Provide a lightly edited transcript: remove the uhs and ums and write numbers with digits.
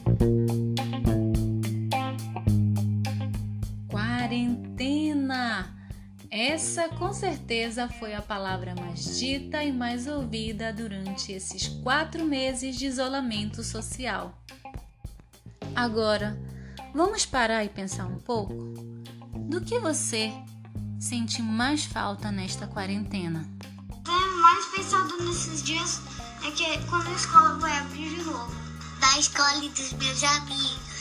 Quarentena! Essa com certeza foi a palavra mais dita e mais ouvida durante esses 4 meses de isolamento social. Agora, vamos parar e pensar um pouco? Do que você sente mais falta nesta quarentena? Mais pensado nesses dias é que quando a escola vai abrir de novo. Da escola e dos meus amigos.